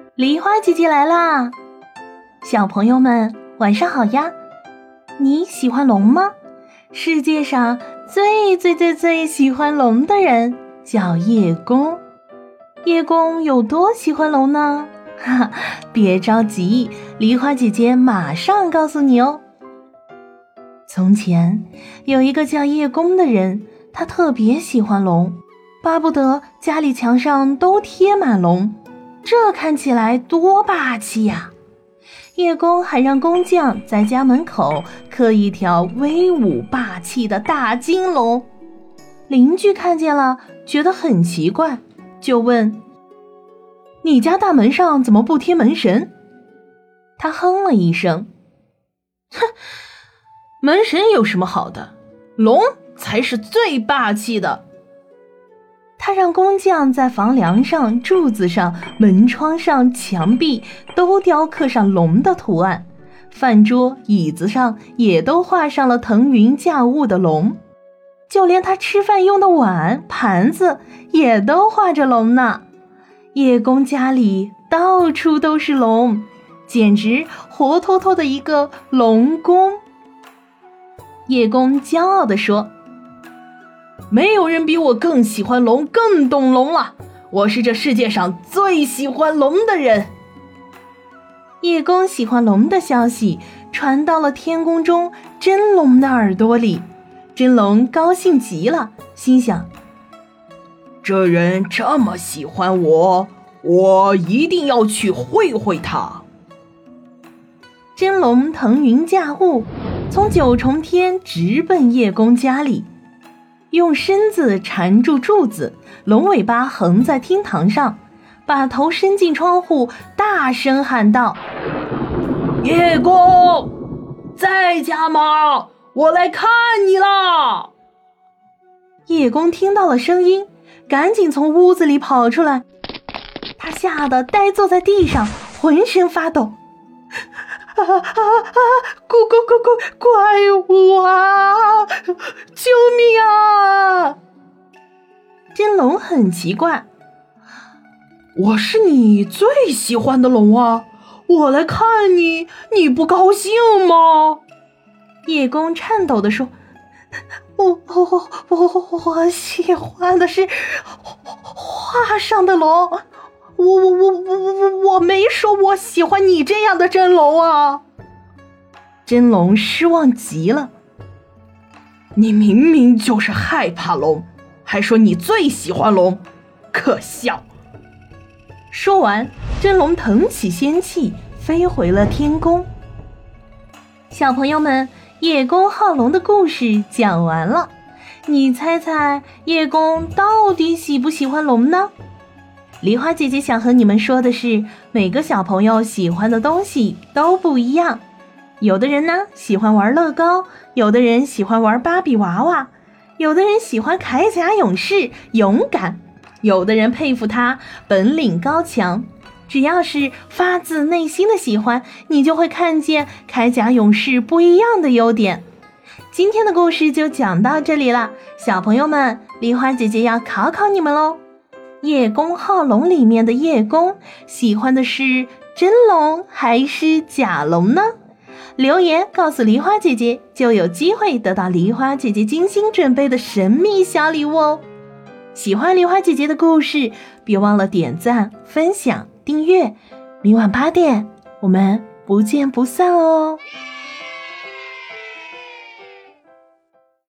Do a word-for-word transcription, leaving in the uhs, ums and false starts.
梨花姐姐来啦！小朋友们晚上好呀！你喜欢龙吗？世界上最最最最喜欢龙的人叫叶公。叶公有多喜欢龙呢？哈哈，别着急，梨花姐姐马上告诉你哦。从前有一个叫叶公的人，他特别喜欢龙，巴不得家里墙上都贴满龙，这看起来多霸气呀！叶公还让工匠在家门口刻一条威武霸气的大金龙。邻居看见了，觉得很奇怪，就问：你家大门上怎么不贴门神？他哼了一声，哼，门神有什么好的？龙才是最霸气的。他让工匠在房梁上、柱子上、门窗上、墙壁都雕刻上龙的图案，饭桌、椅子上也都画上了腾云驾雾的龙，就连他吃饭用的碗、盘子也都画着龙呢。叶公家里到处都是龙，简直活脱脱的一个龙宫。叶公骄傲地说：没有人比我更喜欢龙，更懂龙了，我是这世界上最喜欢龙的人。叶公喜欢龙的消息传到了天宫中真龙的耳朵里，真龙高兴极了，心想：这人这么喜欢我，我一定要去会会他。真龙腾云驾雾，从九重天直奔叶公家里，用身子缠住柱子，龙尾巴横在厅堂上，把头伸进窗户，大声喊道：叶公，在家吗？我来看你了。叶公听到了声音，赶紧从屋子里跑出来，他吓得呆坐在地上，浑身发抖。啊啊啊！快快快快快我啊！救命啊！真龙很奇怪，我是你最喜欢的龙啊，我来看你，你不高兴吗？叶公颤抖地说：我我我我喜欢的是画上的龙，我我我我我我没说我喜欢你这样的真龙啊！真龙失望极了，你明明就是害怕龙，还说你最喜欢龙，可笑！说完，真龙腾起仙气，飞回了天宫。小朋友们，叶公好龙的故事讲完了，你猜猜叶公到底喜不喜欢龙呢？梨花姐姐想和你们说的是，每个小朋友喜欢的东西都不一样。有的人呢喜欢玩乐高，有的人喜欢玩芭比娃娃，有的人喜欢铠甲勇士勇敢，有的人佩服他本领高强。只要是发自内心的喜欢，你就会看见铠甲勇士不一样的优点。今天的故事就讲到这里了，小朋友们，梨花姐姐要考考你们咯。叶公好龙里面的叶公喜欢的是真龙还是假龙呢？留言告诉梨花姐姐，就有机会得到梨花姐姐精心准备的神秘小礼物哦。喜欢梨花姐姐的故事，别忘了点赞、分享、订阅。明晚八点，我们不见不散哦。